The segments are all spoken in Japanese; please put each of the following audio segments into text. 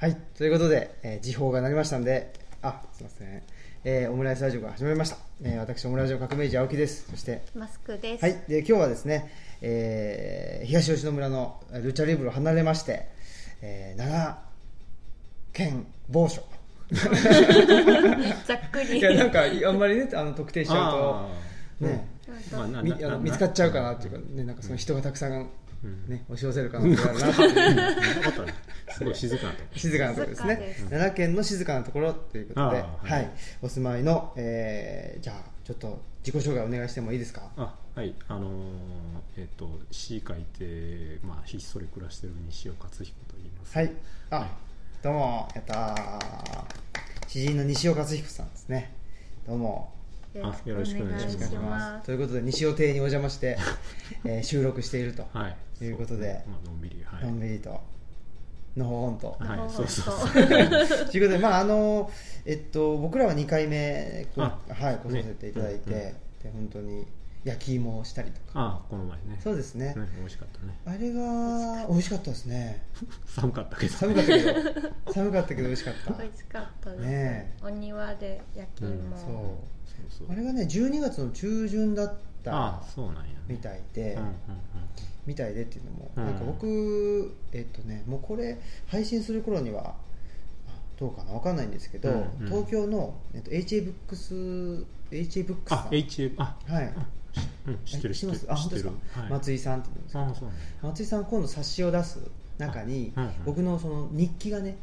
はい、ということで、時報が鳴りましたんで、すいません、オムライスラジオが始まりました。私、オムライス革命児青木です。そして、 マスクです。 はい、で今日はですね、東吉野村のルチャリブロを離れまして、奈良県某所。 ざっくり。 いや、なんかあんまりね、特定しちゃうと、ね、見つかっちゃうかなっていうか、ね、なんかその人がたくさん、ね、押し寄せる可能性があるなっていうすごい静かなところ。 静かなところですね。奈良県の静かなところということで、はい、お住まいの、じゃあちょっと自己紹介お願いしてもいいですか。 はい、詩書いて、ひっそり暮らしている西尾克彦と言います。 はい、どうも、やったー。詩人の西尾克彦さんですね。どうも。 よろしくお願いします。ということで西尾邸にお邪魔して、収録しているということで、 のんびり、 のんびりとのほほんと、 そうということで、僕らは2回目来させていただいて、で本当に焼き芋をしたりとか、 この前ね。 そうですね。 美味しかったね。 あれが美味しかったですね。 寒かったけど美味しかった。 美味しかったですね。 お庭で焼き芋。 そう。あれがね、12月の中旬だったみたいで、っていうのも、なんか僕、もうこれ配信する頃にはどうかな、わかんないんですけど、東京のHA ブックスさん、はい。 知ってる。 本当ですか。松井さんって言うんですけど、松井さん今度冊子を出す中に僕のその日記がね、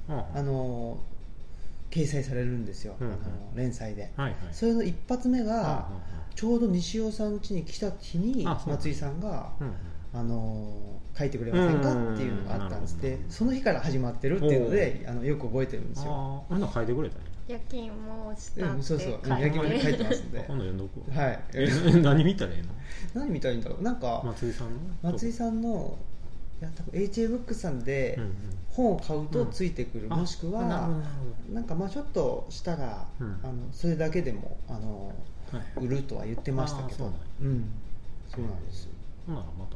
掲載されるんですよ、連載で。それの一発目がちょうど西尾さん家に来た日に松井さんが書いてくれませんかっていうのがあったんですで、その日から始まってるっていうのでよく覚えてるんですよ。 あんな書いてくれたね。 焼き芋をしたってそう焼き芋に書いてますんで、 今度読んどこう。 はい。 何見たらいいの？ 何見たらいいんだろう。なんか松井さんの多分 HA ブックさんで本を買うとついてくる、もしくはなんかちょっとしたらそれだけでも売るとは言ってましたけど、そうなんですよ。 ほんならまた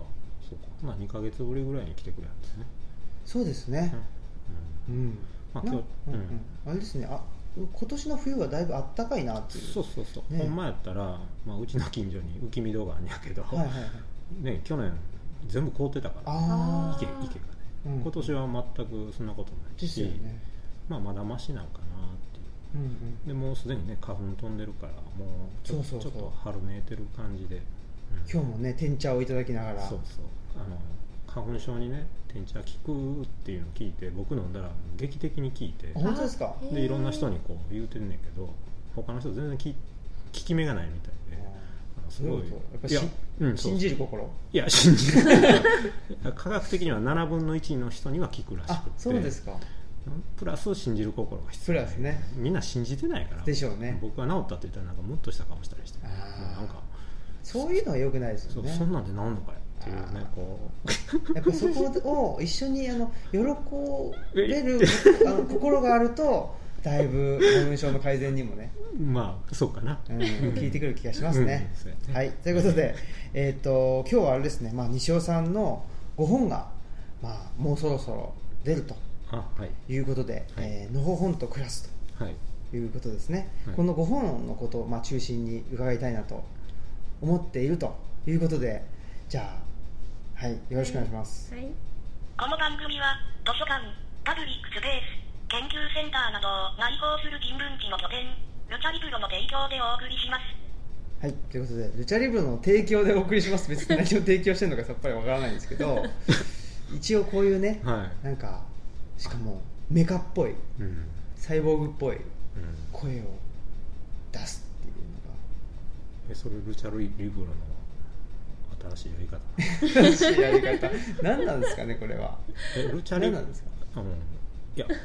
2ヶ月ぶりぐらいに来てくれるんですね。 そうですね。あれですね。今年の冬はだいぶあったかいなっていう。 そう。ほんまやったら、うちの近所に浮見戸があるんやけど、ね、去年全部凍ってたから、池がね。今年は全くそんなことないし、まだマシなんかなっていう。でもうすでにね、花粉飛んでるから、もうちょっと春めいてる感じで。 今日もね、天茶をいただきながら。 花粉症にね、天茶効くっていうのを聞いて、僕飲んだら劇的に効いて。 本当ですか？ でいろんな人にこう言うてんねんけど、他の人全然効き目がないみたいで、すごい。 やっぱ信じる心？ いや、信じる科学的には7分の1の人には効くらしくて。 そうですか。 プラス信じる心が必要。 プラスね。 みんな信じてないから。 でしょうね。 僕は治ったって言ったらなんかムッとした顔したりして、なんかそういうのは良くないですよね。 そんなんで治んのかよっていうね、こうやっぱそこを一緒に喜べる心があるとだいぶ花粉症の改善にもね、 そうかな、 効いてくる気がしますね。はい、ということで、今日はあれですね、西尾さんのご本が、もうそろそろ出るということで、のほほんと暮らすということですね。このご本のことを中心に伺いたいなと思っているということで、じゃあ、よろしくお願いします。 この番組は図書館、パブリックスペース、研究センターなどを内包する人文地の拠点、ルチャリブロの提供でお送りします。 はい、ということでルチャリブロの提供でお送りします。別に何を提供してるのかさっぱりわからないんですけど一応こういうね、なんかしかもメカっぽい、サイボーグっぽい声を出すっていうのが、 それルチャリブロの新しいやり方何なんですかね、これは。 ルチャリ何なんですか。 いや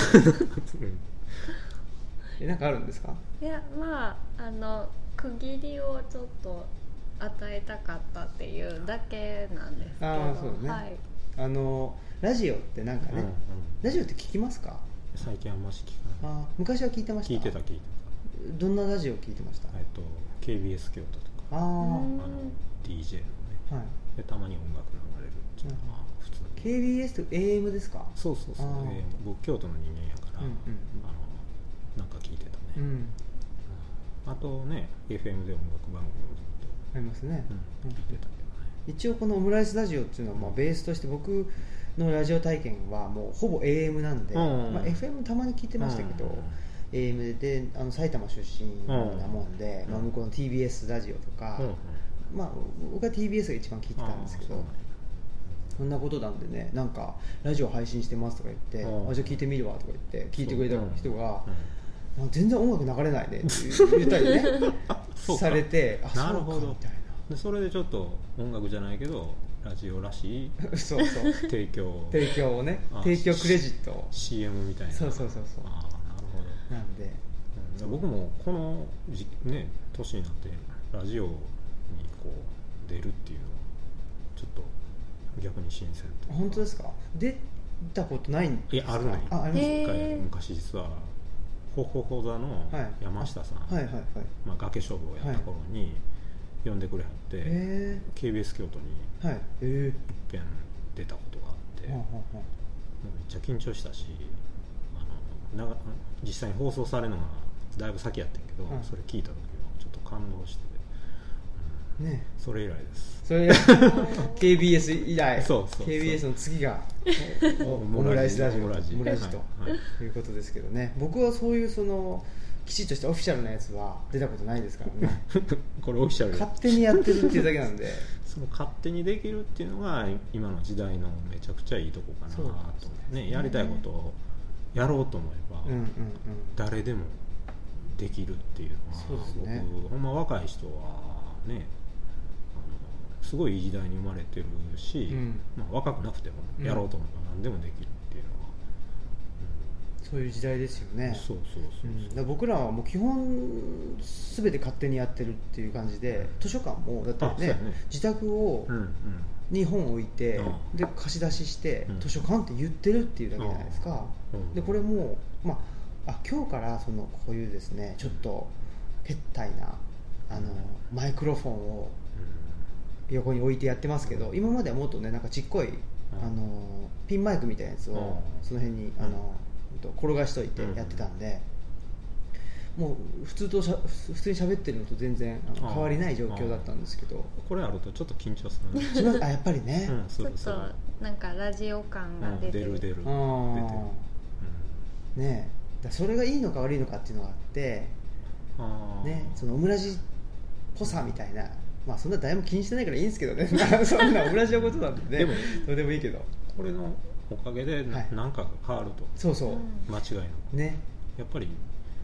なんかあるんですか。 いや、区切りをちょっと与えたかったっていうだけなんですけど。 そうね。ラジオってなんかね、ラジオって聞きますか。 最近あんまし聞かない。 昔は聞いてました。 聞いてた。 どんなラジオ聞いてました。 KBS 京都とか、DJ のね、 はい、でたまに音楽流れるっていうのは普通、 KBS と AM ですか？ そうそうそう、僕京都の人間やから、なんか聞いてたね、あとね FM で音楽番組もずっとありますね、 聞いてたけどね。 一応このオムライスラジオっていうのはまあベースとして僕のラジオ体験はもうほぼ AM なんで、FM たまに聞いてましたけど、AM で埼玉出身なもんで、向こうの TBS ラジオとか、僕は TBS が一番聞いてたんですけど、そんなことなんでね、なんかラジオ配信してますとか言って、じゃあ聞いてみるわとか言って聞いてくれた人が、全然音楽流れないねって言ったりねされて、 なるほどみたいな。でそれでちょっと音楽じゃないけどラジオらしいそうそう提供をね、提供クレジット CM みたいな。 そうなるほど。なんで、 僕もこのね年になってラジオにこう出るっていうのはちょっと逆に新鮮と。 本当ですか？出たことないんですか？ いや、あるね。 あります。 昔実はほほほ座の山下さん、崖勝負をやった頃に呼んでくれはって、KBS 京都にいっぺん出たことがあって、もうめっちゃ緊張したし、実際に放送されるのがだいぶ先やったんけど、それ聞いた時はちょっと感動して、それ以来です。 それKBS 以来KBS の次がオムライスラジオ、オムラジということですけどね。僕はそういうきちっとしたオフィシャルなやつは出たことないですからねこれオフィシャル勝手にやってるっていうだけなんでその勝手にできるっていうのが今の時代のめちゃくちゃいいとこかなと、やりたいことをやろうと思えば、誰でもできるっていうのは、僕ほんま若い人はね、すごいいい時代に生まれてるし、若くなくてもやろうと思えば何でもできるっていうのは、 そういう時代ですよね。 そうだ僕らはもう基本全て勝手にやってるっていう感じで、図書館もだってね、自宅に本を置いて、で貸し出しして、図書館って言ってるっていうだけじゃないですか。でこれも今日からこういうですね、ちょっとへったいなマイクロフォンを横に置いてやってますけど、今まではもっとね、なんかちっこいピンマイクみたいなやつをその辺に転がしといてやってたんで、もう普通に喋ってるのと全然変わりない状況だったんですけど、 これあるとちょっと緊張するね。 やっぱりね、 ちょっとなんかラジオ感が出てる。 ね、それがいいのか悪いのかっていうのがあって、そのオムラジっぽさみたいな、そんな誰も気にしてないからいいんですけどねそんなオムラジのことなんでね、それでもいいけど、 これのおかげで何かが変わると、間違いなくね、やっぱり、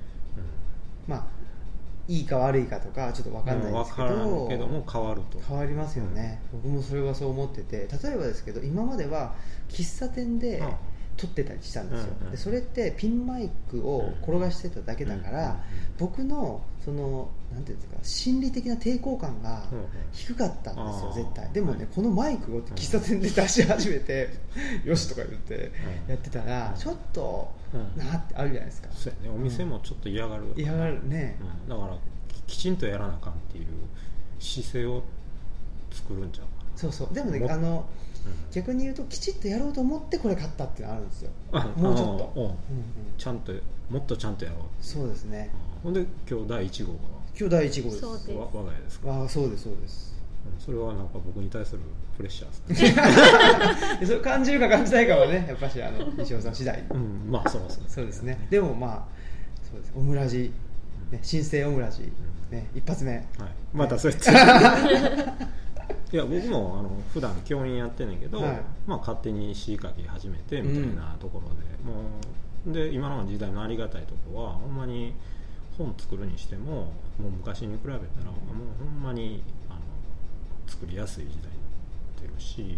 いいか悪いかとかちょっと分かんないですけど、 分からんけども変わると、 変わりますよね。僕もそれはそう思ってて、例えばですけど、今までは喫茶店で撮ってたりしたんですよ。でそれってピンマイクを転がしてただけだから、僕のなんていうんですか、心理的な抵抗感が低かったんですよ、絶対。でもね、このマイクを喫茶店で出し始めてよしとか言ってやってたら、ちょっとなってあるじゃないですか。 そうやね、お店もちょっと嫌がるね、 だからきちんとやらなあかんっていう姿勢を作るんちゃうかな。 でもね、逆に言うときちっとやろうと思ってこれ買ったっていうのがあるんですよ。もうちょっとちゃんと、もっとちゃんとやろう。 そうですね。 ほんで今日第1号が今日第1号です。 そうです。 我が家ですか？ そうですそうです。 それはなんか僕に対するプレッシャーですね。 それ感じるか感じないかはね、やっぱし西尾さん次第。 そうですね。でもそうです。オムラジ、新生オムラジ、一発目。 またそうやって。いや僕も普段教員やってんねんけど、勝手に詩書き始めてみたいなところで、もうで今の時代のありがたいところは、ほんまに本作るにしても、もう昔に比べたら、もうほんまに作りやすい時代になってるし、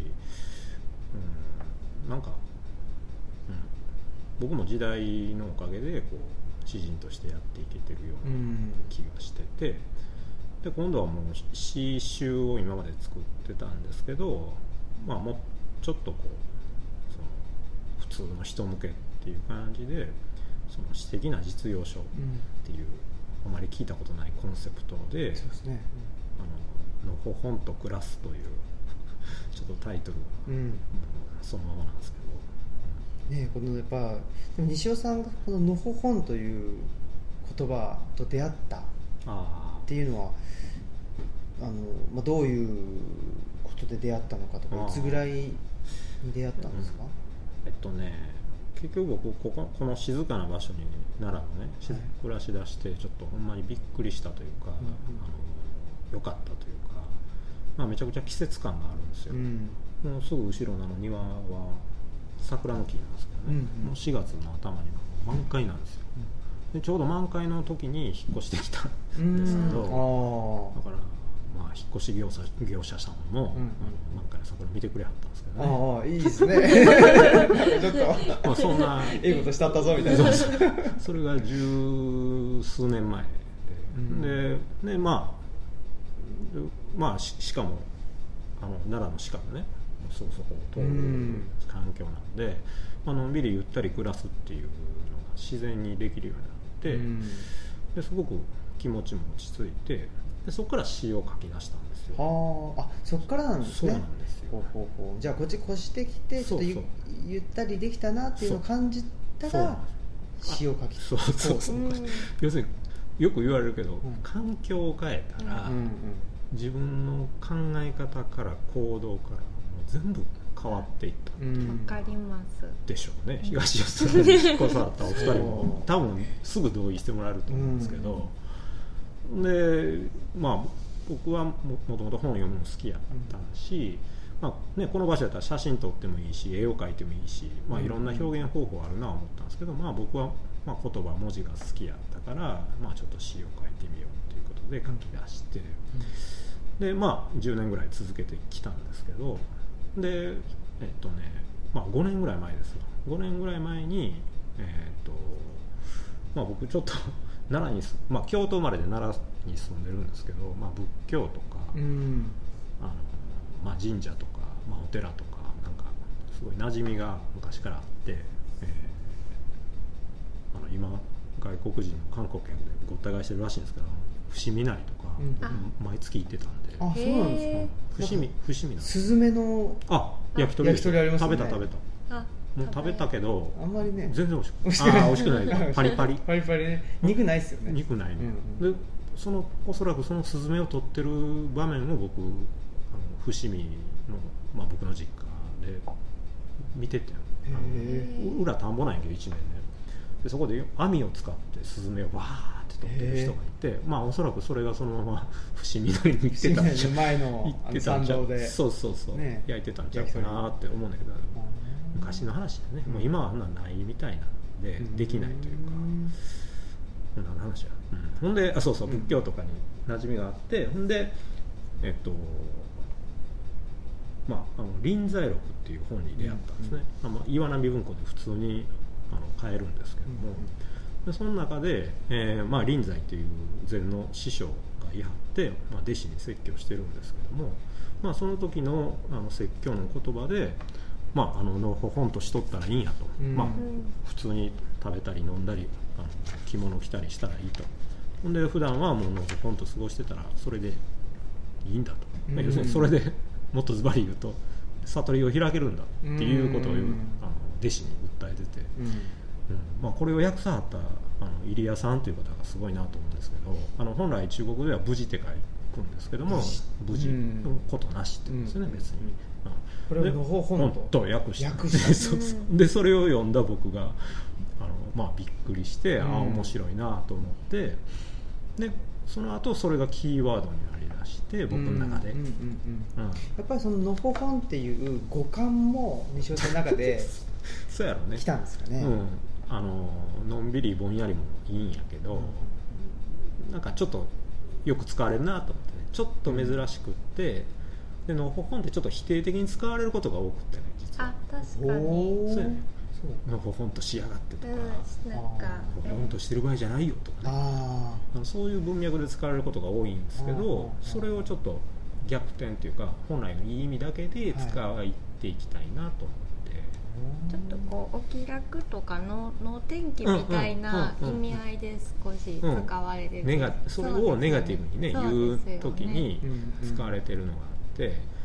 なんか、僕も時代のおかげでこう詩人としてやっていけてるような気がしてて、で今度はもう詩集を今まで作ってたんですけど、もうちょっとこう普通の人向けっていう感じで、その詩的な実用書っていう、あまり聞いたことないコンセプトで、のほほんと暮らすというっとタイトルは、そのままなんですけど、 このやっぱでも西尾さんがこののほほんという言葉と出会ったっていうのはどういうことで出会ったのかとか、いつぐらいに出会ったんですか？ 結局僕この静かな場所に奈良のね暮らし出してちょっとほんまにびっくりしたというか、良かったというか、めちゃくちゃ季節感があるんですよ、もうすぐ後ろの庭は桜の木なんですけどね、もう4月の頭には満開なんですよ、でちょうど満開の時に引っ越してきたんですけど、だから引っ越し業者さんも、満開の桜見てくれはったんですけどね。 いいですねちょっとそんなええことしたったぞみたいなそれが十数年前で、しかも奈良の鹿がねそこを通る環境なので、のんびりゆったり暮らすっていうのが自然にできるようになって、ですごく気持ちも落ち着いて、でそこから詩を書き出したんですよ。 そこからなんですね。 そうなんですよ。 じゃあこっち越してきてちょっとゆったりできたなっていうのを感じたら詩を書きそう要するによく言われるけど、環境を変えたら、自分の考え方から行動から全部変わっていった。 わかりますでしょうね。東吉野に引っ越されたお二人も多分すぐ同意してもらえると思うんですけど、で僕はもともと本を読むの好きやったし、この場所だったら写真撮ってもいいし絵を描いてもいいし、いろんな表現方法あるなと思ったんですけど、僕は言葉文字が好きやったから、ちょっと詩を書いてみようということで書き出して、で10年ぐらい続けてきたんですけど、で5年ぐらい前ですよ。5年ぐらい前に僕ちょっと奈良に京都生まれで奈良に住んでるんですけど、仏教とか、神社とか、お寺とかなんかすごい馴染みが昔からあって、今外国人の観光客でごった返してるらしいんですけど、伏見稲荷とか、毎月行ってたんで。 そうなんですか。 伏見なんスズメの焼き鳥ありますね。 食べたもう食べたけどあんまりね全然美味しくないパリパリね、肉ないっすよね。 肉ないね、でおそらくそのスズメを取ってる場面を僕伏見の、僕の実家で見てて、裏田んぼなんやけど一面でそこで網を使ってスズメをバーって取ってる人がいて、おそらくそれがそのまま伏見稲荷に行ってたんちゃう前の参道でそう、焼いてたんちゃうかなって思うんだけど、昔の話でね、もう今はあんなないみたいなんで、できないというか、こんな話や、ほんで仏教とかに馴染みがあって、ほんで臨済録っていう本に出会ったんですね、岩波文庫で普通に買えるんですけども、でその中で、臨済っていう禅の師匠がいはって、弟子に説教してるんですけども、その時の説教の言葉でのほほんとしとったらいいんやと、普通に食べたり飲んだり着物着たりしたらいいと、ほんで普段はもうのほほんと過ごしてたらそれでいいんだと、要するにそれでもっとズバリ言うと悟りを開けるんだっていうことを弟子に訴えてて、これを訳さはった入谷さんという方がすごいなと思うんですけど、本来中国では無事って書くんですけども、無事のことなしって言うんですよね、別に。 これをのほほんと訳してでそれを読んだ僕がびっくりして、面白いなと思って、でその後それがキーワードになりだして僕の中で、やっぱりそののほほんっていう五感も西尾さんの中でそうやろね、 来たんですかね。 のんびりぼんやりもいいんやけど、なんかちょっとよく使われるなと思ってね、ちょっと珍しくって、でのほほんってちょっと否定的に使われることが多くてね、実は。 確かに。 そうやね。のほほんとしやがってとか、 なんかのほほんとしてる場合じゃないよとかね、そういう文脈で使われることが多いんですけど、それをちょっと逆転というか本来のいい意味だけで使っていきたいなと思って、 ちょっとこうお気楽とかの天気みたいな意味合いで少し使われてる、 それをネガティブにね言う時に使われてるのがあって、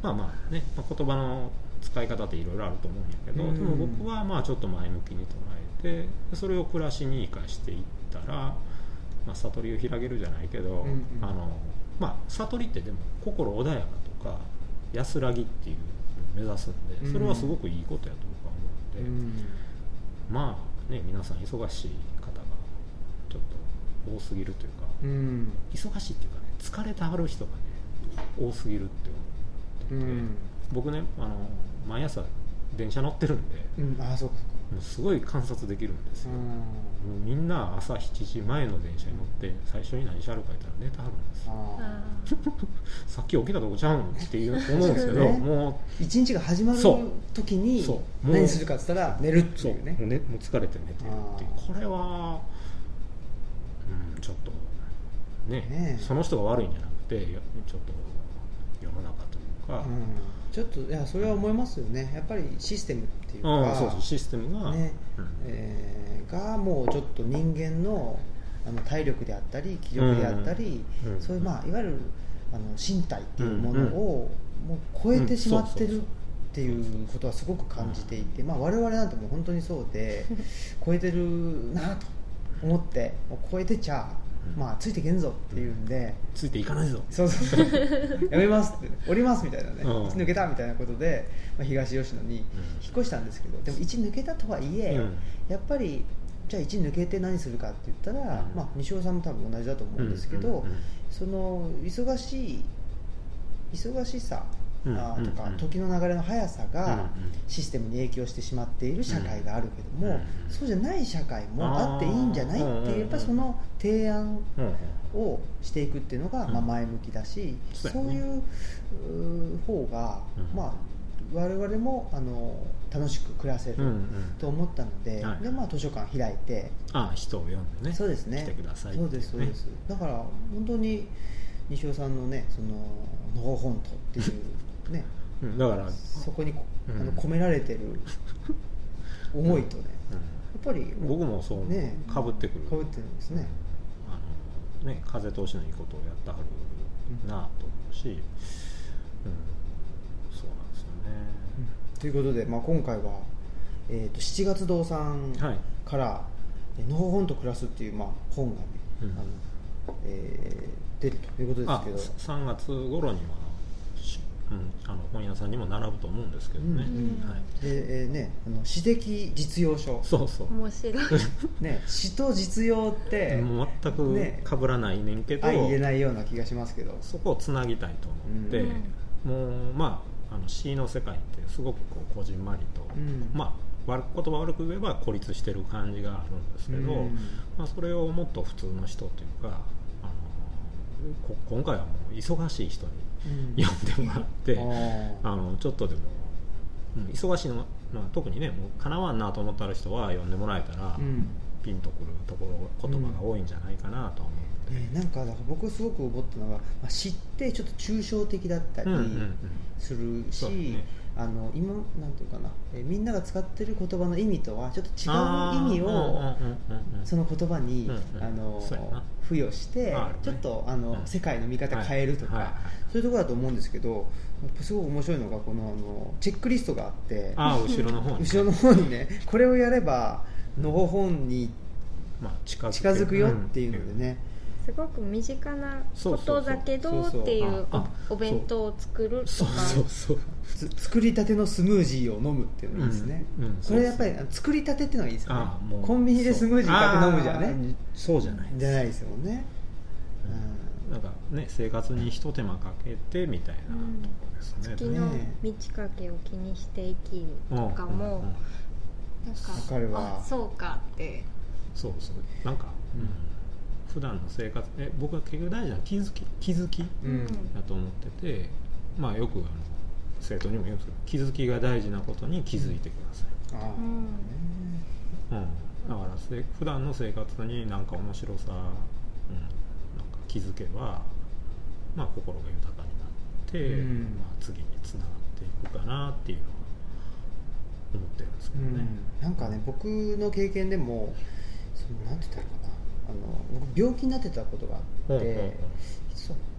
まあね、言葉の使い方っていろいろあると思うんやけど、でも僕はまあちょっと前向きに捉えて、それを暮らしに生かしていったら、悟りを開けるじゃないけど、悟りってでも心穏やかとか安らぎっていうのを目指すんで、それはすごくいいことやと僕は思うんで、まあね、皆さん忙しい方がちょっと多すぎるというか、忙しいっていうかね、疲れてはる人がね多すぎるって思ってて、僕ね毎朝電車乗ってるんで、 そうかもうすごい観察できるんですよ。もうみんな朝7時前の電車に乗って最初に何しゃるか言ったら寝てはるんですよ。さっき起きたとこちゃうんって思うんですけど、もう一日が始まる時に何するかって言ったら寝るっていうね。 もう疲れて寝てるっていう、これは、ちょっとね、その人が悪いんじゃなくて、ちょっと世の中というか、 ちょっといやそれは思いますよね。やっぱりシステムっていうか、 そうシステムが、 がもうちょっと人間の体力であったり気力であったり、そういういわゆる身体っていうものをもう超えてしまってるっていうことはすごく感じていて、我々なんてもう本当にそうで超えてるなと思って、超えてちゃついてけんぞっていうんで、 ついていかないぞ、 そうやめますって降りますみたいなね、抜けたみたいなことで、東吉野に引っ越したんですけど、でも1抜けたとはいえ、やっぱりじゃあ1抜けて何するかって言ったら、西尾さんも多分同じだと思うんですけど、その忙しさとか時の流れの速さがシステムに影響してしまっている社会があるけども、そうじゃない社会もあっていいんじゃないっていう、やっぱりその提案をしていくっていうのが前向きだし、そういう方が我々も楽しく暮らせると思ったので、図書館開いて人を呼んでね、 そうですね、 来てくださいって、 そうですそうです。だから本当に西尾さんのね、そののほほんとっていうね、 だからそこに込められてる思いとね、やっぱり僕もそうね、かぶってくるんですね。 風通しのいいことをやってはるなと思うし、そうなんですよね。 ということで、今回は、7月堂さんから「のほほんと暮らす」っていう本がね、出るということですけど、 3月頃に本屋さんにも並ぶと思うんですけどね。 詩的実用書、 面白いね、詩と実用って全く被らないねんけど、 相入れないような気がしますけど、 そこをつなぎたいと思って、もう詩の世界ってすごくこじんまりと、言葉悪く言えば孤立してる感じがあるんですけど、それをもっと普通の人というか、今回はもう忙しい人に読んでもらって、ちょっとでも、忙しいのが、特にね、もうかなわんなと思ったら人は読んでもらえたら、ピンとくるところ言葉が多いんじゃないかなと思って、 なんか僕すごく思ったのが、詩ってちょっと抽象的だったりするし、今なんていうかな、みんなが使ってる言葉の意味とはちょっと違う意味をその言葉に付与して、ちょっと世界の見方変えるとか、そういうところだと思うんですけど、すごく面白いのがこのチェックリストがあって、 後ろの方にね、これをやればのほほんに近づくよっていうのでね、 すごく身近なことだけどっていうお弁当を作るとか、 作りたてのスムージーを飲むっていうのがいいですね。これやっぱり作りたてっていうのがいいですよね。コンビニでスムージー買って飲むじゃね、 そうじゃないですもんね。 なんかね、生活に一手間かけてみたいなところですね。 月の満ち欠けを気にして生きるとかも、なんか分かるわ、 そうかって、 なんか普段の生活、僕は結局大事な気づきだと思ってて、よく生徒にも言うんですけど、気づきが大事なことに気づいてください。だから普段の生活になんか面白さ、なんか気づけば、心が豊かになって、次につながっていくかなっていうのは思ってるんですけどね。 なんかね、僕の経験でもなんて言ったらいいかな、僕病気になってたことがあって、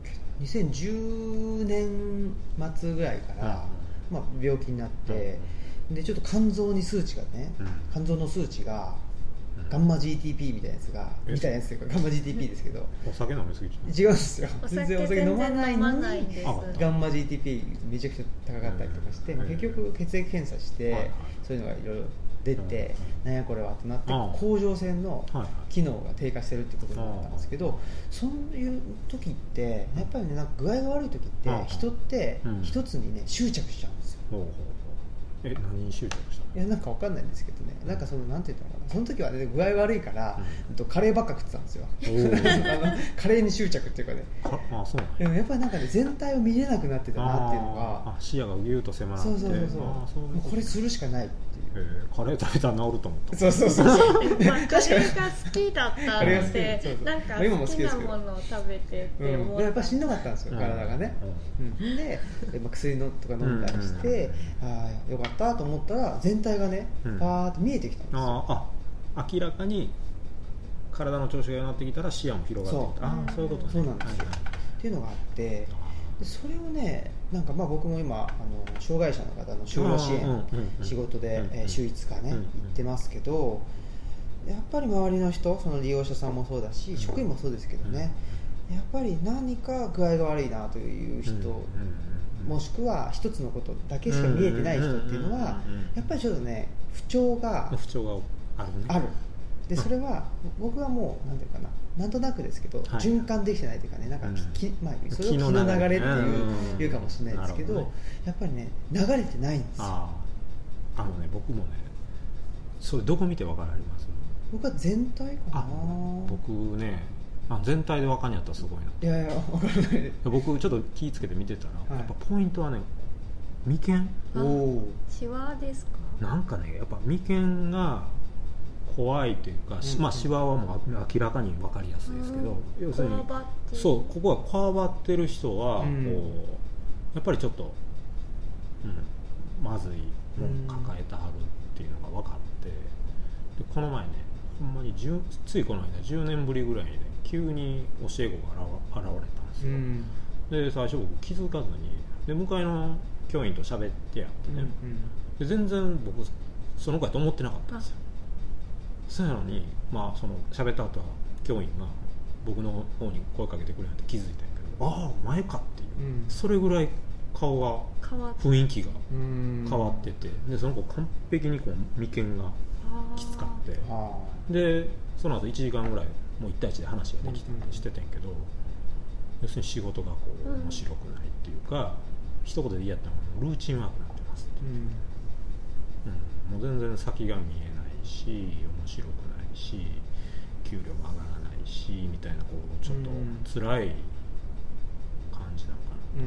2010年末ぐらいから、まあ、病気になって、でちょっと肝臓に数値がね、肝臓の数値がガンマ GTP みたいなやつがガンマ GTP ですけどお酒飲みすぎ違うんですよ。 全然お酒飲まないのにガンマ GTP めちゃくちゃ高かったりとかして、結局血液検査して、そういうのがいろいろ出て、なんやこれはってなって甲状腺の機能が低下してるってことになったんですけど、そういう時ってやっぱりね、なんか具合が悪い時って人って一つにね執着しちゃうんですよ。 何に執着したの？ いや、なんかわかんないんですけどね、なんかそのなんて言ったのかな、その時はね具合悪いから、カレーばっか食ってたんですよ。カレーに執着っていうかね。 そうなんでもやっぱりなんかね、全体を見れなくなってたなっていうのが、 視野がギュッと狭なって、 そうもうこれするしかないっていう。 カレー食べたら治ると思った。 そうカレーが好きだったので、なんか好きなものを食べてって思った。 やっぱしんどかったんですよ、体がね。で薬とか飲んだりして、よかったと思ったら全体がねパーって見えてきたんですよ。 明らかに体の調子が良くなってきたら視野も広がってきた。そういうことね。 そうなんですよ。っていうのがあって、でそれをね、なんかまあ僕も今障害者の方の就労支援仕事で週5日ね行ってますけど、やっぱり周りの人、その利用者さんもそうだし職員もそうですけどね、やっぱり何か具合が悪いなという人、もしくは一つのことだけしか見えてない人っていうのはやっぱりちょっとね不調がある。でそれは僕はもうなんていうかな、なんとなくですけど、循環できてないというかね、なんかそれを気の流れっていうかもしれないですけど、やっぱりね流れてないんですよ。 僕もね、それどこ見て分かります？ 僕は全体かな。 僕ね、全体で分かんやったらすごいな。 いや分からない。 僕ちょっと気ぃつけて見てたら、やっぱポイントはね、眉間。 シワですか？ なんかね、やっぱ眉間が怖いというか、シワはもう明らかに分かりやすいですけど、要するにここがこわばってる人はこうやっぱりちょっと、まずいもん抱えてはるっていうのが分かって、でこの前ね、ほんまについこの間10年ぶりぐらいにね、急に教え子が現れたんですよ。で最初僕気づかずに、で向かいの教員と喋ってやってね、で全然僕その子やと思ってなかったんですよ。そうやのに、その喋った後は教員が僕の方に声かけてくれないと気づいたんやけど、お前かっていう、それぐらい顔が雰囲気が変わってて、でその子完璧にこう眉間がきつかって、でその後1時間ぐらいもう1対1で話ができたりしてたんやけど、要するに仕事がこう面白くないっていうか、一言で言いやったらルーチンワークになってますって、もう全然先が見えないし、面白くないし、給料も上がらないしみたいな、こうちょっと辛い感じなの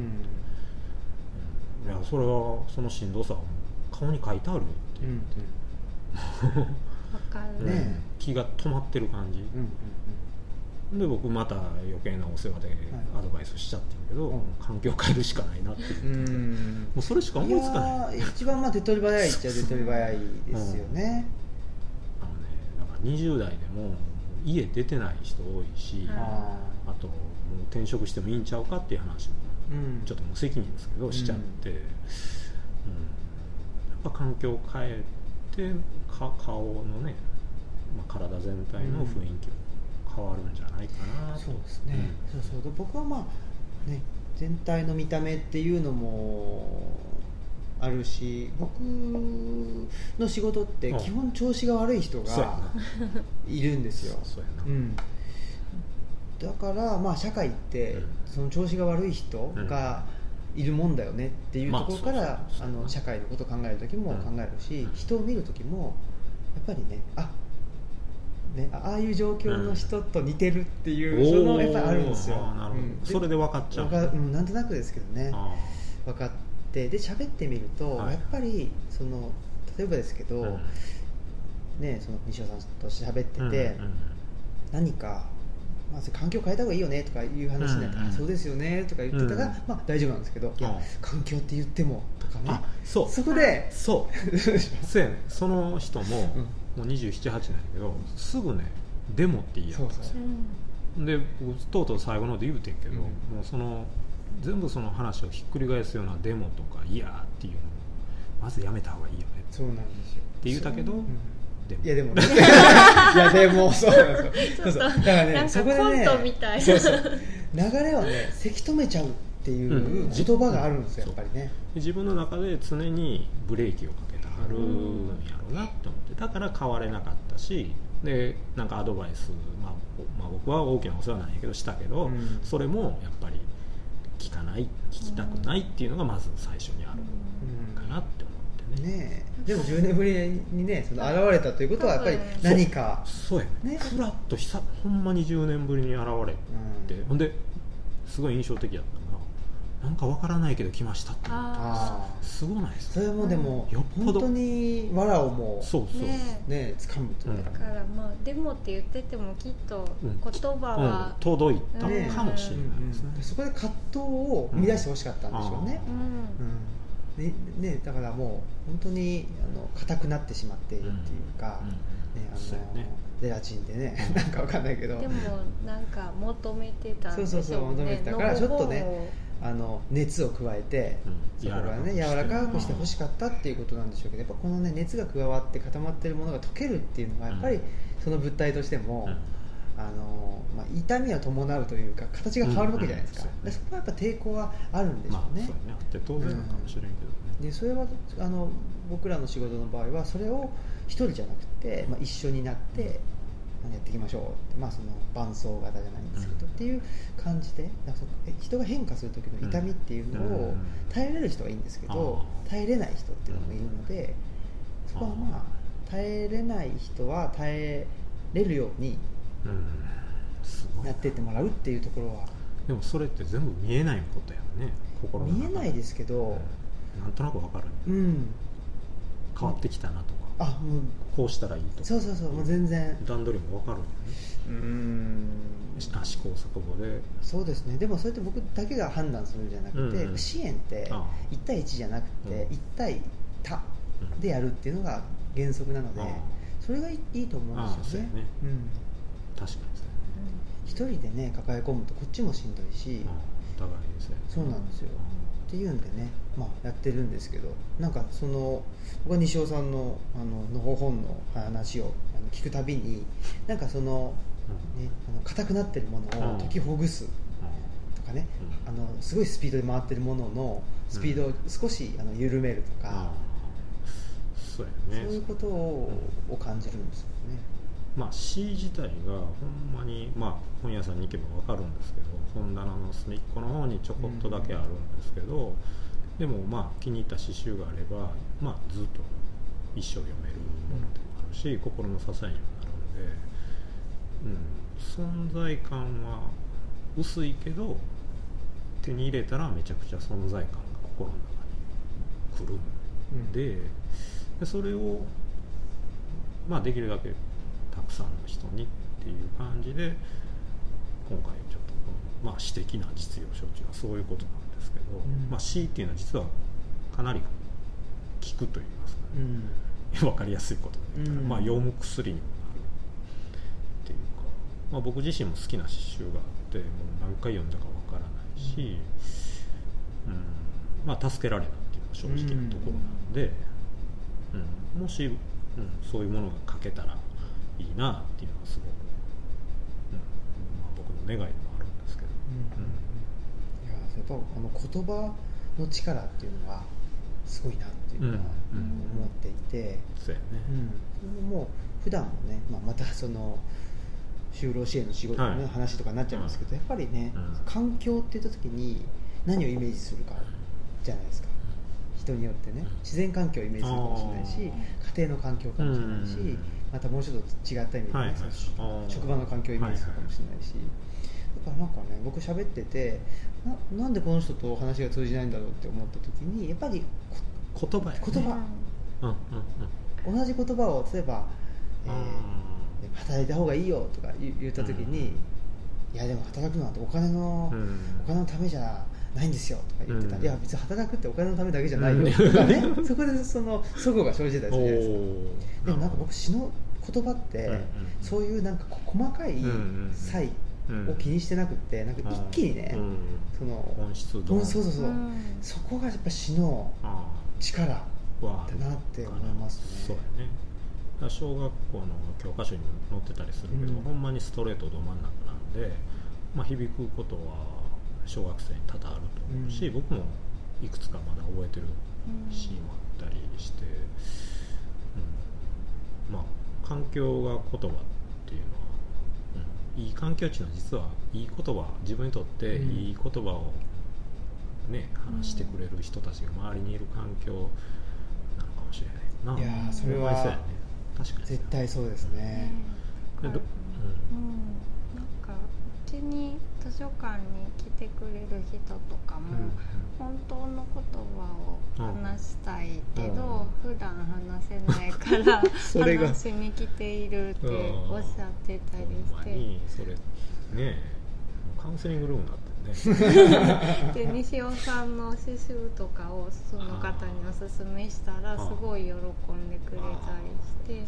かな。いや、それはそのしんどさを顔に書いてあるって言って、 わかるね、 気が止まってる感じ、で僕また余計なお世話でアドバイスしちゃってるけど、環境を変えるしかないなっていう、もうそれしか思いつかない。 一番手っ取り早いっちゃ手っ取り早いですよね。 だから20代でも家出てない人多いし、あともう転職してもいいんちゃうかっていう話も、ちょっと無責任ですけどしちゃって、やっぱ環境を変えて顔のね、体全体の雰囲気も変わるんじゃないかなと。 そうですね、そう僕はね、全体の見た目っていうのもあるし、僕の仕事って基本調子が悪い人がいるんですよ。だから社会ってその調子が悪い人がいるもんだよねっていうところから社会のことを考えるときも考えるし、人を見るときもやっぱりね、ああいう状況の人と似てるっていうそのやっぱりあるんですよ。 それで分かっちゃう。 なんとなくですけどね、分かって、で喋ってみると、やっぱりその例えばですけど、その西尾さんと喋ってて、何か環境変えた方がいいよねとかいう話になって、そうですよねとか言ってたら、大丈夫なんですけど、いや環境って言ってもとかね、そこでそうやね、その人ももう27、28なんだけど、すぐねデモって言いやったんですよ。 で僕とうとう最後ので言うてんけど、もうその全部その話をひっくり返すようなデモとかいやっていうのをまずやめた方がいいよねそうなんですよって言うたけど、 いやでもねいやでもそうなんですよ。そうだからね、なんかコントみたいな、 そうそう流れをねせき止めちゃうっていう言葉があるんですよ、やっぱりね。 自分の中で常にブレーキをかけてはるんやろうなって思って、だから変われなかったし、でなんかアドバイス、まあ僕は大きなお世話なんやけどしたけど、それもやっぱり聞きたくないっていうのがまず最初にあるかなって思ってね。 でも10年ぶりにねその現れたということはやっぱり何かそうやね。ふらっとほんまに10年ぶりに現れて、ほんですごい印象的だったのがなんかわからないけど来ましたってすごないですか。 それもでも本当に藁をもね掴むというか、だからまあデモって言っててもきっと言葉は届いたかもしれないですね。 そこで葛藤を生み出してほしかったんでしょうね。ね、だからもう本当に硬くなってしまっているっていうか、ゼラチンでねなんかわかんないけど、 でもなんか求めてたんでしょうね。 そう求めてたからちょっとね熱を加えてそこがね柔らかくしてほしかったっていうことなんでしょうけど、やっぱこのね熱が加わって固まっているものが溶けるっていうのがやっぱりその物体としても、痛みを伴うというか形が変わるわけじゃないですか。でそこはやっぱ抵抗はあるんでしょうね。 そうね、あって当然かもしれんけどね。 でそれは僕らの仕事の場合はそれを一人じゃなくて、一緒になってやっていきましょうって、その伴走型じゃないんですけど、っていう感じで人が変化する時の痛みっていうのを耐えれる人はいいんですけど、耐えれない人っていうのもいるので、そこは耐えれない人は耐えれるようにやっていってもらうっていうところは。 でもそれって全部見えないことやね。心の中見えないですけど、 なんとなく分かる、変わってきたなとか、もうこうしたらいいとか、 そうもう全然段取りも分かるよね。試行錯誤で。そうですね。 でもそれって僕だけが判断するんじゃなくて、支援って1対1じゃなくて1対多でやるっていうのが原則なので、それがいいと思うんですよね。 確かにそうね。 一人でね抱え込むとこっちもしんどいし、 お互いですね。 そうなんですよ。っていうんでね、やってるんですけど、なんか僕は西尾さんののほほんの話を聞くたびに、なんか硬くなってるものを解きほぐすとかね、すごいスピードで回ってるもののスピードを少し緩めるとか、 そういうことを感じるんですよね。 詩自体がほんまに、本屋さんに行けば分かるんですけど、本棚の隅っこの方にちょこっとだけあるんですけど、でも気に入った詩集があれば、ずっと一生読めるものでもあるし、心の支えにもなるので、存在感は薄いけど手に入れたらめちゃくちゃ存在感が心の中に来るんで、それをできるだけたくさんの人にっていう感じで、今回ちょっと詩的な実用書中はそういうことなんですけど、詩っていうのは実はかなり効くといいますかね、分かりやすいことで言ったら、読む薬にもなるっていうか、僕自身も好きな詩集があって、もう何回読んだか分からないし、助けられたっていうのが正直なところなので、もし、そういうものが書けたらいいなっていうのはすごく、僕の願いでもあるんですけど、 いややっぱ言葉の力っていうのはすごいなっていうのは思っていて、 そうやね。 もう普段もね、またその就労支援の仕事の話とかになっちゃいますけど、やっぱりね、環境って言った時に何をイメージするかじゃないですか。人によってね、自然環境をイメージするかもしれないし、家庭の環境かもしれないし、またもうちょっと違った意味でね、職場の環境をイメージするかもしれないし、だからなんかね、僕喋っててなんでこの人と話が通じないんだろうって思った時に、やっぱり言葉、 同じ言葉を例えば、働いた方がいいよとか言った時に、いやでも働くのはお金のためじゃないんですよとか言ってた、いや別に働くってお金のためだけじゃないよとかね、そこでその齟齬が生じてたりするじゃないですか。でもなんか僕詩の言葉って、そういうなんか細かい差異を気にしてなくってなんか一気にね、その本質度、 そう、そこがやっぱ詩の力だなって思いますね。 そうやね。小学校の教科書にも載ってたりするけど、ほんまにストレートど真ん中なんで、響くことは小学生に多々あると思うし、僕もいくつかまだ覚えてるシーンもあったりして、環境が言葉っていうのは、いい環境っていうのは実はいい言葉、自分にとっていい言葉をね、話してくれる人たちが周りにいる環境なのかもしれないな。 いやそれはそうやね、確かに絶対そうですね。 なんかうちに図書館に来てくれる人とかも、本当の言葉を話したいけど、普段話せないから話しに来ているっておっしゃってたりして、 それねカウンセリングルームだったんで西尾さんの詩集とかをその方におすすめしたらすごい喜んでくれたりして、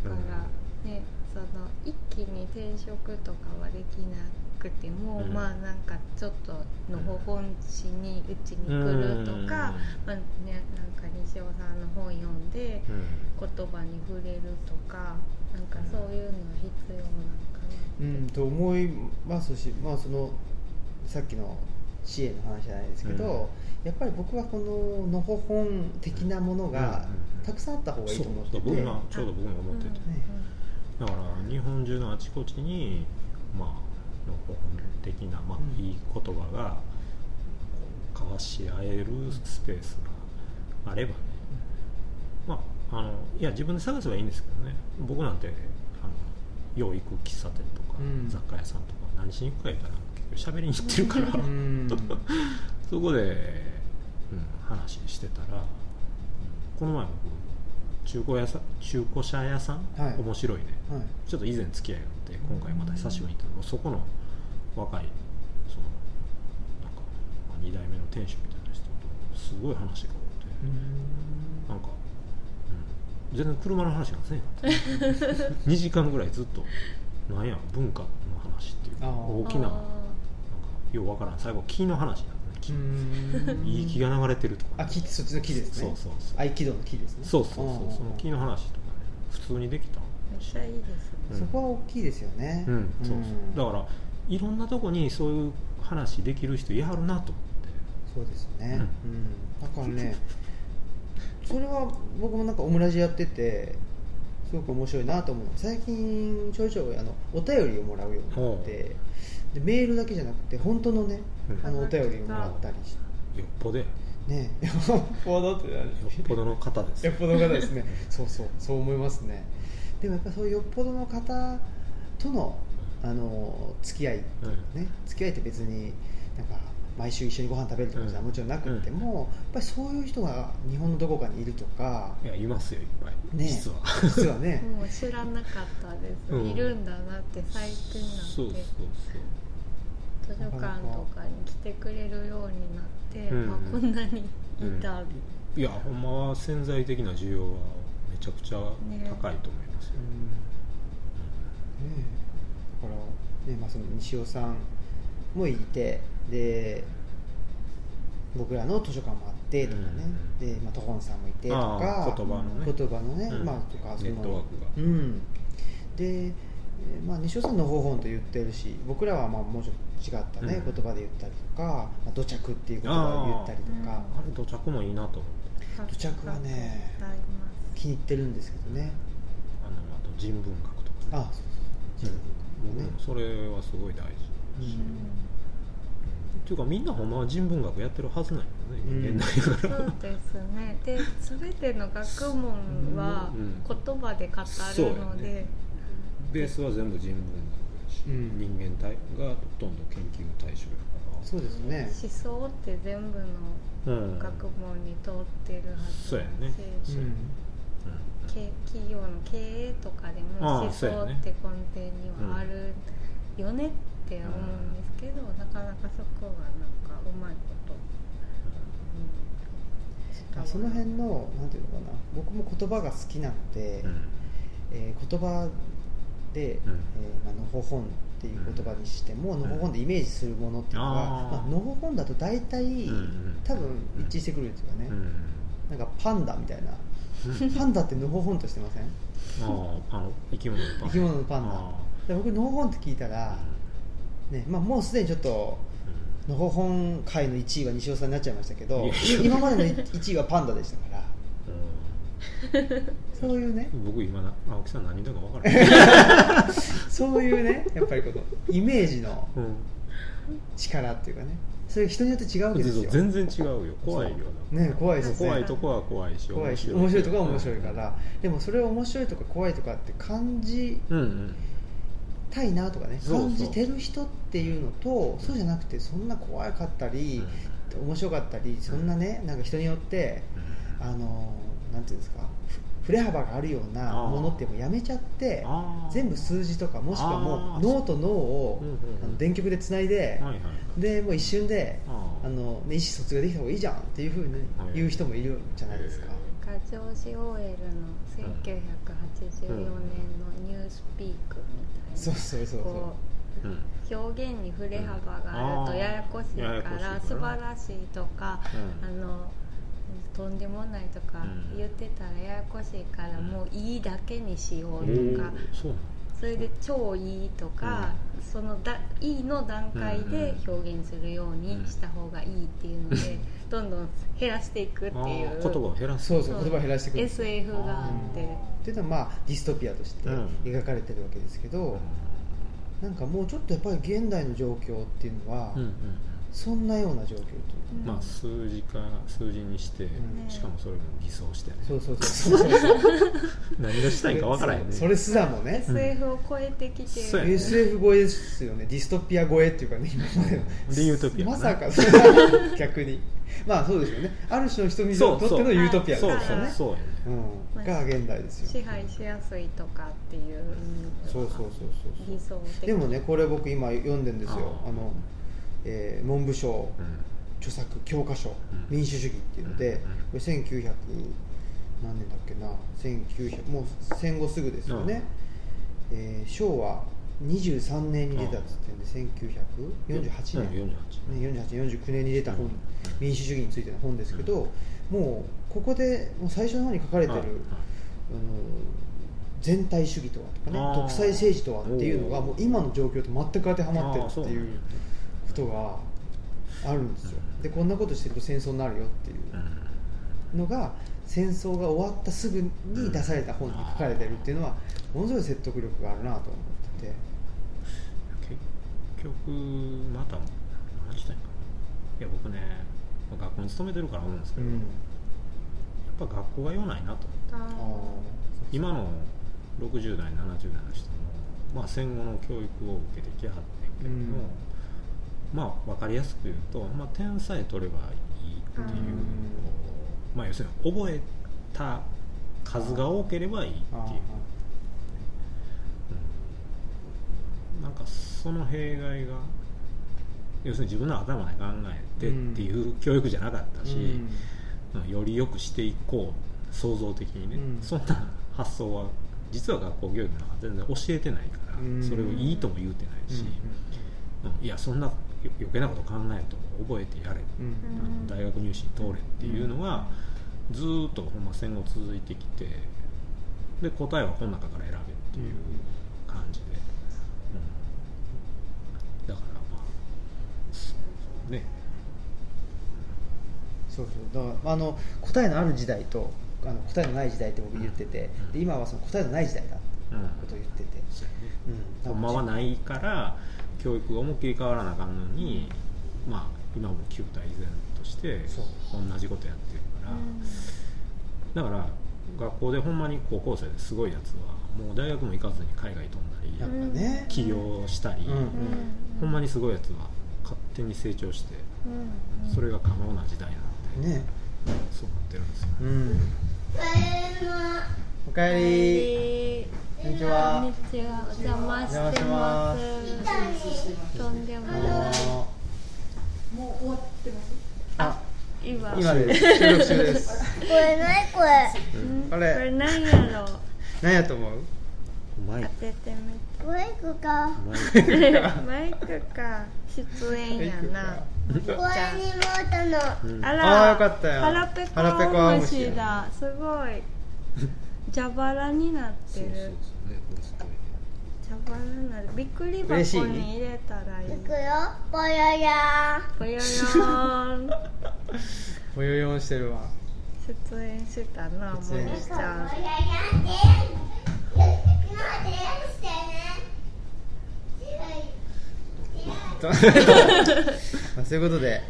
だからね、その一気に転職とかはできなくても、なんかちょっとのほほんしにうちに来るとか、なんか西尾さんの本読んで言葉に触れるとか、なんかそういうの必要なのかなと思いますし、そのさっきの支援の話じゃないですけど、やっぱり僕はこののほほん的なものがたくさんあった方がいいと思ってて、 ちょうど僕も思ってて、だから日本中のあちこちにのほほん的な、いい言葉が交わし合えるスペースがあればね、いや自分で探せばいいんですけどね。僕なんてよう行く喫茶店とか、雑貨屋さんとか何しに行くか言ったら結構喋りに行ってるからそこで、話してたら、この前僕中古車屋さん、面白いね、ちょっと以前付き合いがあって今回また久しぶりに行ったの、そこの若いそのなんか、2代目の店主みたいな人とすごい話が多くて、なんか、全然車の話なんですね2時間ぐらいずっとなんや文化の話っていう大きな、なんかようわからん、最後木の話なんですね。いい木が流れてるとか、 木ってそっちの木ですね。そう合気道の木ですね。 そうその木の話とかね、普通にできた。 めっちゃいいですね。 そこは大きいですよね。 だからいろんなとこにそういう話できる人いはるなと思って。 そうですね。だからね、それは僕もなんかオムラジやっててすごく面白いなと思う。最近ちょいちょいお便りをもらうようになって、でメールだけじゃなくて本当のね、お便りをもらったりして、 よっぽどやね、よっぽどって何？よっぽどの方です。 よっぽどの方ですね。そう思いますね。でもやっぱそういうよっぽどの方との付き合いね、付き合いって別になんか毎週一緒にご飯食べるとかじゃもちろんなくても、やっぱりそういう人が日本のどこかにいるとか、 いやいますよ、いっぱい、 ね、実はねもう知らなかったです、いるんだなって最近になって、図書館とかに来てくれるようになって、こんなにいた、 いやほんまは潜在的な需要はめちゃくちゃ高いと思いますよ、 だからね、その西尾さんもいて、で僕らの図書館もあってとかね、でトホンさんもいてとか、言葉のね、とかそのネットワークが、 で、西尾さんの方法と言ってるし、僕らはもうちょっと違ったね、言葉で言ったりとか、土着っていう言葉を言ったりとか、 あれ土着もいいなと思って。 土着はね気に入ってるんですけどね。 あと人文学とか、それはすごい大事。っていうかみんなほんまは人文学やってるはずなんよね、人間だから。 そうですね。で全ての学問は言葉で語るので、 ベースは全部人文学だし、人間体がほとんど研究対象だから。 そうですね。 思想って全部の学問に通ってるはずだし、企業の経営とかでも思想って根底にはあるよねって思うんですけど、なかなかそこがなんかうまいこと、 その辺のなんていうのかな、僕も言葉が好きなので、言葉で、のほほんっていう言葉にしても、のほほんでイメージするものっていうのが、のほほんだと大体、多分一致してくるんですよね、なんかパンダみたいなパンダってのほほんとしてません？ 生き物のパンダ。僕のほほんって聞いたら、ね、もうすでにちょっとのほほん界の1位は西尾さんになっちゃいましたけど、今までの1位はパンダでしたからそういうね、 僕今青木さん何だか分からないそういうね、やっぱりこのイメージの力っていうかね、それ人によって違うわけですよ。 全然違うよ。怖いよね、怖いですね。 怖いとこは怖いし、 面白いとこは面白いから、でもそれを面白いとか怖いとかって感じたいなとかね、感じてる人っていうのと、そうじゃなくてそんな怖かったり、面白かったり、そんなね、なんか人によってなんていうんですか、振れ幅があるようなものってもうやめちゃって、全部数字とか、もしくはもう脳と脳を電極でつないで、でもう一瞬で意思疎通ができた方がいいじゃんっていうふうに言う人もいるじゃないですか。 ジョージ・オーエルの1984年のニュースピークみたいな、そう表現に振れ幅があるとややこしいから素晴らしいとか、とんでもないとか言ってたらややこしいから、もういいだけにしようとか、それで超いいとか、そのいいの段階で表現するようにした方がいいっていうので、どんどん減らしていくっていう言葉を減らす、 言葉を減らしていく SF があってっていうのはディストピアとして描かれてるわけですけど、なんかもうちょっとやっぱり現代の状況っていうのは、そんなような状況というか、数字にして、しかもそれも偽装してね、何がしたいか分からへんね。 それすらもね SF を超えてきてる、 SF 超えですよね。ディストピア超えっていうかね、今までのユートピア、 まさか逆にそうですよね。ある種の人々にとってのユートピアですよね。が現代ですよ。 支配しやすいとかっていうそう理想的。 でもね、これ僕今読んでるんですよ。文部省著作教科書、民主主義っていうので、これ1900何年だっけな、1900もう戦後すぐですよね。昭和23年に出たっつってんで、1948年、49年に出た本、民主主義についての本ですけど、もうここでもう最初の方に書かれてる全体主義とはとかね、独裁政治とはっていうのがもう今の状況と全く当てはまってるっていうことがあるんですよ。でこんなことしてると戦争になるよっていうのが、戦争が終わったすぐに出された本に書かれてるっていうのはものすごい説得力があるなと思ってて、 結局また何したいかな。いや僕ね、学校に勤めてるから思うんですけど、やっぱ学校が良ないなと思って。今の60代70代の人も、戦後の教育を受けてきはってんけども、分かりやすく言うと、点さえ取ればいいっていう、要するに覚えた数が多ければいいっていう、なんかその弊害が、要するに自分の頭で考えてっていう教育じゃなかったし、より良くしていこう創造的にね、そんな発想は実は学校教育の中全然教えてないから、それをいいとも言うてないし、いやそんな余計なこと考えると覚えてやれ、大学入試に通れっていうのがずっと戦後続いてきて、で答えはこの中から選べっていう感じで、だからね、 そうだから答えのある時代と答えのない時代って僕言ってて、で今はその答えのない時代だってことを言ってて、 ほんまはないから教育が思いっきり変わらなあかんのに、今も旧態依然として同じことやってるから、だから学校でほんまに高校生ですごいやつはもう大学も行かずに海外飛んだり、起業したり、ほんまにすごいやつは勝手に成長して、それが可能な時代なんで、そうなってるんですよ。 おかえり。こんにちは。 お邪魔してます。とんでもない。 もう終わってます？ 今です。収録中です。 これ何これ？ これ何やろう？ 何やと思う？ 当ててみて。 マイクかマイクか出演やな。 これにもったの、 あらよかったよ。 腹ペコアオムシだ。すごい蛇腹になってる。蛇腹になる。びっくり箱に入れたらいい。 いくよ、ぽよよぽよよーんぽよよんしてるわ。 出演したな、モニちゃん。 そういうことで、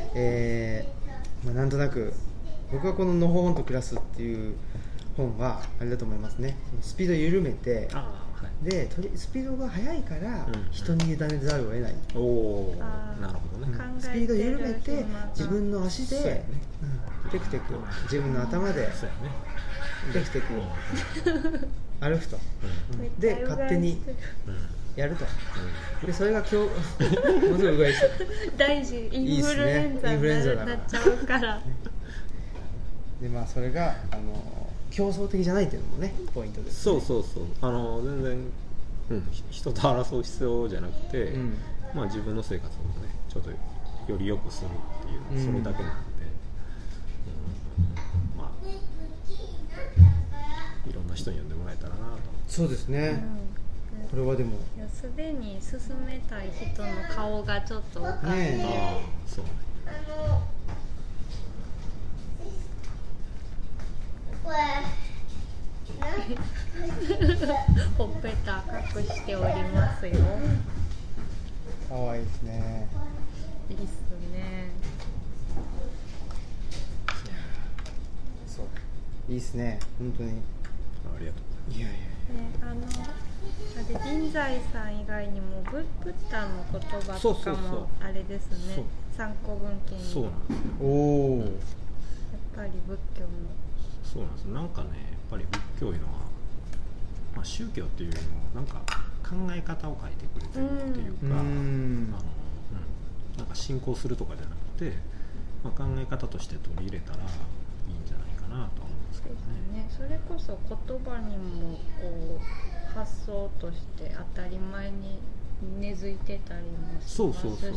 なんとなく僕はこののほほんと暮らすっていう本はあれだと思いますね。スピードを緩めて、でスピードが速いから人に委ねざるを得ない。 おお、なるほどね。 スピードを緩めて自分の足でテクテク自分の頭でテクテク歩くと、で勝手にやると、でそれが今日ものすごいうがいして大事、インフルエンザになっちゃうからでそれが競争的じゃないっていうのもねポイントです、ね、 そう全然、人と争う必要じゃなくて、自分の生活をねちょっとより良くするっていう、それだけなので、いろんな人に読んでもらえたらなと。 そうですね、これはでもすでに進めたい人の顔がちょっと浮かんで、 そうこれほっぺた隠しておりますよ。 かわいいですね。 いいっすね。 そういいっすね、本当に。 ありがとう。 いやいや、臨済さん以外にもブッダの言葉とかもあれですね、参考文献に。 そうなんですよ。 おお。 やっぱり仏教の。 そうなんです。なんかね、やっぱり仏教いうのは、宗教っていうよりもなんか考え方を変えてくれてるっていうか、なんか信仰するとかじゃなくて、考え方として取り入れたらいいんじゃないかなと思うんですけどね。 それこそ言葉にもこう発想として当たり前に根付いてたりもしますし、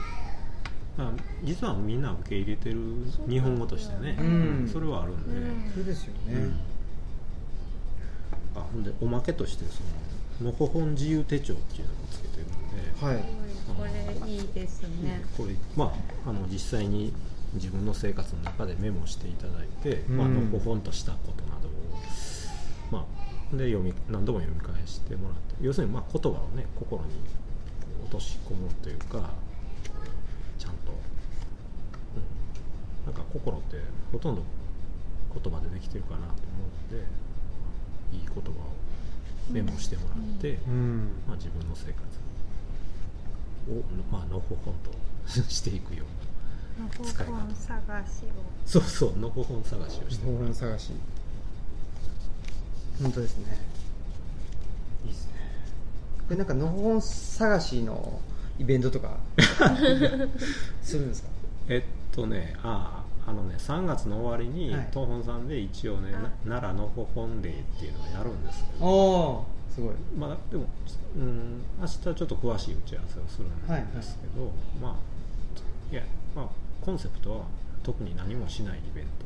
実はみんな受け入れてる日本語としてね、それはあるんで、 そうですよね。 ほんでおまけとしてのほほん自由手帳っていうのをつけてるんで、 はい、 これいいですね。 これ実際に自分の生活の中でメモしていただいて、のほほんとしたことなどを、で何度も読み返してもらって、要するに言葉をね心に落とし込むというか、ちゃんと、なんか心ってほとんど言葉でできてるかなと思うので、いい言葉をメモしてもらって、自分の生活をのほほんとしていくような使い方。 のほほん探しを。そうのほほん探しをしてもらう。 のほほん探し。本当ですね。いいですね。でなんかのほほん探しのイベントとかするんですか ？3月の終わりに東本さんで一応ね、奈良のほほんデーっていうのをやるんですけど、 すごい。 でも、明日ちょっと詳しい打ち合わせをするんですけど、コンセプトは特に何もしないイベント。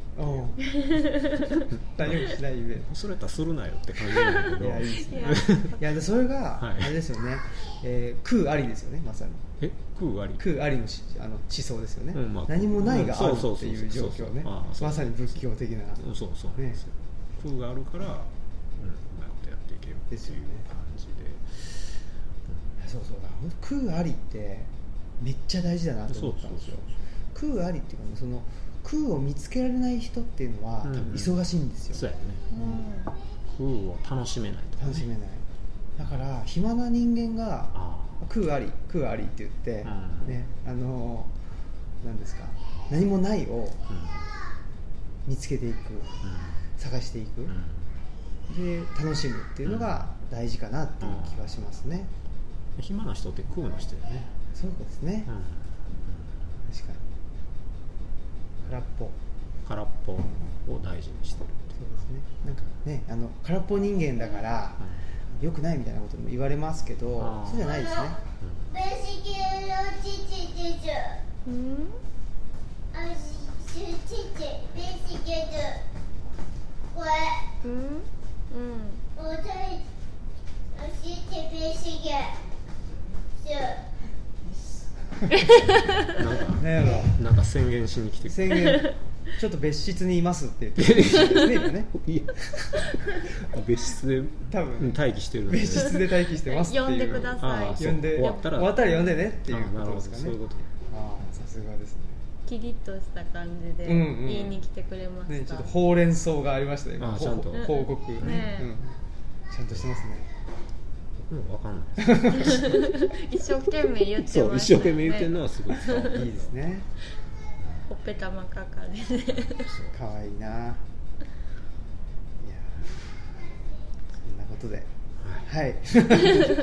何もしないイベント。 それやったらするなよって感じなんだけど。 いやいいですね。いやそれがあれですよね。空ありですよね、まさに。 空あり。 空ありの思想ですよね。何もないがあるっていう状況ね。まさに仏教的な。 そうなんですよ。空があるから、うまいことやっていけるっていう感じで。 そうだ。本当空ありってめっちゃ大事だなと思ったんですよ。空ありっていうかその空を見つけられない人っていうのは多分忙しいんですよ。 そうやね。空を楽しめないとかね。 楽しめない。だから暇な人間が空ありって言ってね、何ですか、何もないを見つけていく、探していく、で楽しむっていうのが大事かなっていう気がしますね。 暇な人って空の人だよね。 そうですね。確かに。 空っぽを大事にしてる。 そうですね。なんかね、空っぽ人間だから、 良くないみたいなことも言われますけど、そうじゃないですね。 ベーシキュの父です。ベーシキュこれお父してベーシキュなんか宣言しに来て宣言ちょっと別室にいますって言ってるね。いや別室で多分待機してるんで、 別室で待機してますっていう。 呼んでください。 呼んで終わったら呼んでねっていうことですかね。 そういうこと。 さすがですね。 キリッとした感じで言いに来てくれました。 ね、ちょっとほうれん草がありましたね。 ちゃんと報告ね、ちゃんとしてますね。 わかんない一生懸命言ってましたね。 そう、一生懸命言ってるのはすごいいいですね。 ほっぺたまかかでね。 かわいいな。いや、そんなことで、はい。い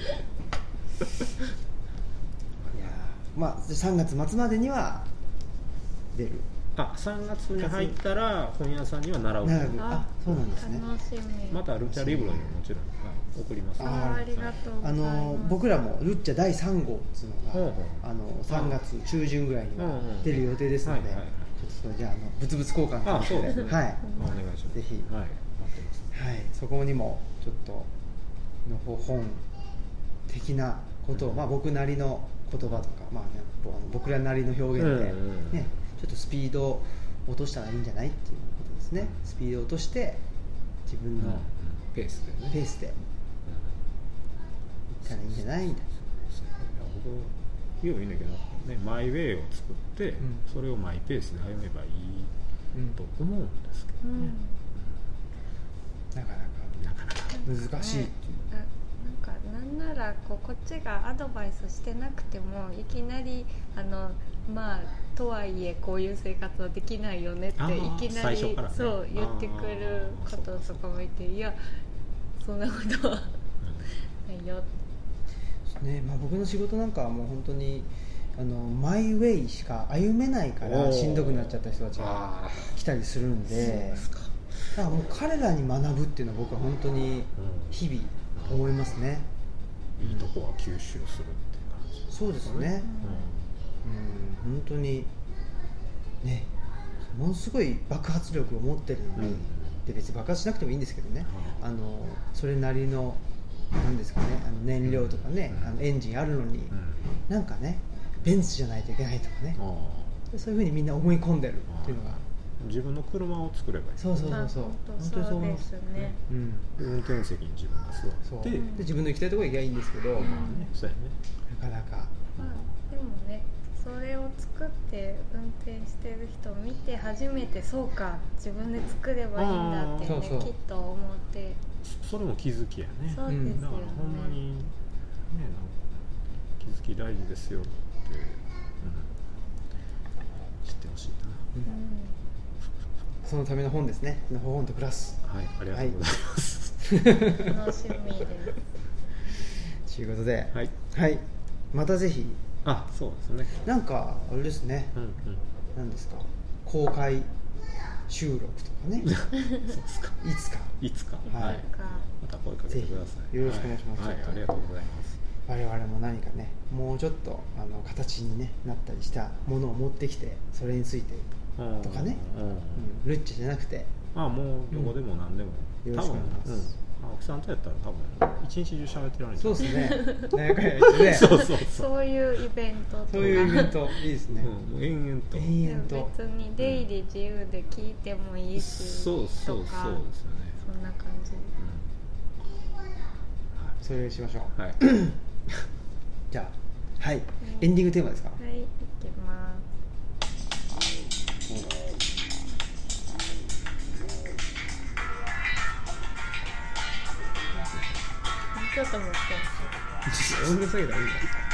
や、まあ3月末までには出る。 3月に入ったら本屋さんには並ぶ。 そうなんですね。 楽しみ。 またルチャリブロにももちろん送ります。 ありがとうございます。 僕らもルッチャ第3号っていうのが3月中旬ぐらいには出る予定ですので、ちょっとじゃあ物々交換ということで、はい、 お願いします。 ぜひ、 はい、待ってます。 はい、そこにもちょっとの本的なことを、まあ僕なりの言葉とか、まあね、僕らなりの表現でね、ちょっとスピードを落としたらいいんじゃないっていうことですね。スピードを落として自分のペースでいったらいいんじゃないみたいな。 僕よう言うんだけど、ね、マイウェイを作って、それをマイペースで歩めばいいと思うんですけどね、 なかなか難しいっていう。 なんならこっちがアドバイスしてなくてもいきなりまあとはいえこういう生活はできないよねっていきなり、ね、そう言ってくることとかもいて、いやそんなことはないよね。まあ、僕の仕事なんかはもう本当にマイウェイしか歩めないからしんどくなっちゃった人たちが来たりするんで、だからもう彼らに学ぶっていうのは僕は本当に日々思いますね。 いいとこは吸収するっていう感じ。 そうですね。本当にね、ものすごい爆発力を持ってるのに、で別に爆発しなくてもいいんですけどね、それなりのなんですかね、燃料とかね、エンジンあるのに、なんかねベンツじゃないといけないとかね、そういうふうにみんな思い込んでるっていうのが。 自分の車を作ればいい。 そう本当にそう思いますね。 運転席に自分が座ってで自分の行きたいところに行けばいいんですけど、 そうやね、 なかなか、 でもね、それを作って運転してる人を見て初めてそうか自分で作ればいいんだってね、きっと思って、 それも気づきやね。 そうですよね。 だからほんまにね、気づき大事ですよって、知ってほしいな。 そのための本ですね。のほほんとクラス。 はい、ありがとうございます。 楽しみです。 ということで、はい、またぜひ。 そうですね。 なんかあれですね。なんですか。公開収録とかね。 そうですか。いつか。はい。また声かけてください。 よろしくお願いします。 はい、ありがとうございます。 我々も何かね、もうちょっと形に、ね、なったりしたものを持ってきて、それについてとかね、ルッチャじゃなくて、 もうどこでも何でも、 よろしくお願いします。 青木さんとやったら多分一日中喋ってるのに。 そうですね。何回やってね。 そういうイベントとか。 そういうイベントいいですね。 延々と。 別に出入り自由で聞いてもいいし。 そうですよね。 そんな感じ。 それにしましょう。 はい。 じゃあ、はい、エンディングテーマですか。 はい、いきます。ちょっと待って。 音量下げたらいいんじゃないですか。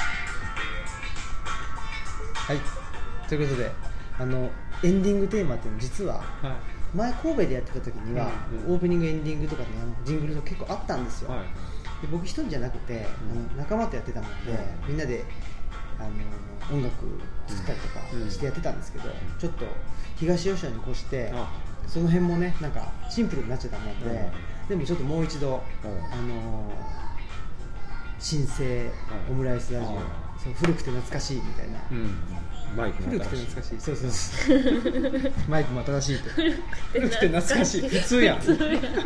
はい、ということで、エンディングテーマっていうのは実は、前神戸でやってた時には、オープニングエンディングとかでジングルと結構あったんですよ。で僕一人じゃなくて、仲間とやってたので、みんなで音楽作ったりとかしてやってたんですけど、ちょっと東吉野に越して、その辺もねなんかシンプルになっちゃったもんで、 でもちょっともう一度、新生オムライスラジオ、そう古くて懐かしいみたいな、 マイクも古くて懐かしい、そうマイクも新しいと古くて懐かしい、普通やんそ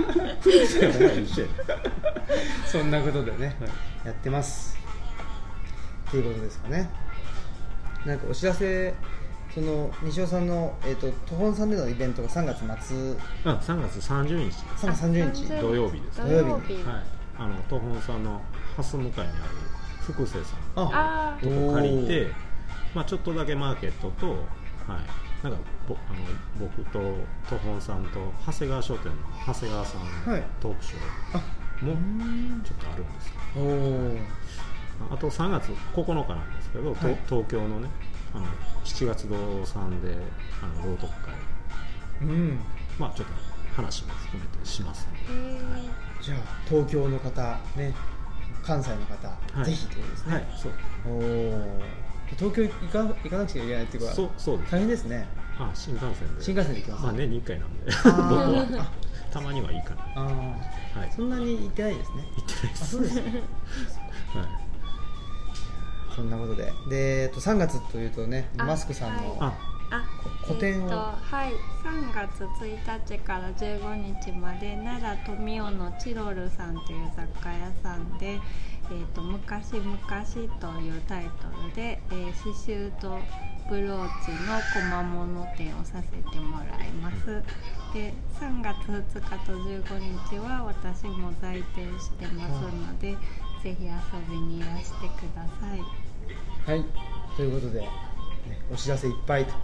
んなことでね、やってますっていうことですかね。なんかお知らせ、その西尾さんのトホンさんでのイベントが3月末、 3月30日 3月30日土曜日です。 土曜日に、はい、 トホンさんの蓮向かいにある福瀬さんと借りて、ちょっとだけマーケットと、なんか僕とトホンさんと長谷川書店の長谷川さんのトークショーもちょっとあるんですよ。あと3月9日なんですけど、東京のね7月堂さんで朗読会、ちょっと話も含めてしますので、 じゃあ東京の方ね、関西の方、ぜひということですね。そう。東京行かなくちゃいけないっていうか、そうです。大変ですね。 新幹線で。 新幹線で行きます。 年に1回なんで、僕はたまにはいいかな。 そんなに行ってないですね。 行ってないです。 そうですね。そんなことで、3月というとね、マスクさんの個展を、 3月1日から15日まで奈良富雄のチロルさんという雑貨屋さんで、昔々というタイトルで、刺繍とブローチの小物展をさせてもらいます。で、3月2日と15日は私も在店してますので、ぜひ遊びにいらしてください。 はい、ということで、お知らせいっぱいと、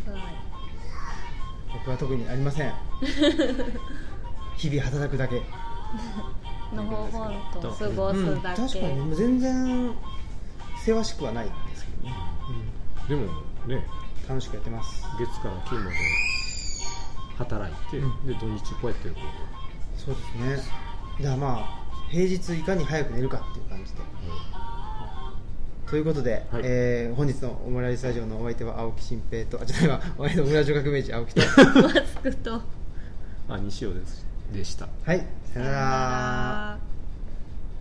僕は特にありません日々働くだけのほほんと過ごすだけ、 確かに全然せわしくはないんですけどね、 でもね、 楽しくやってます。 月から金まで働いて、で土日こうやってる。 そうですね。だから平日いかに早く寝るかっていう感じで、ということで、本日のオムライスラジオのお相手は青木新平と、お相手のオムラジオ革命児青木とマスクと西尾でした。 はい、さよなら。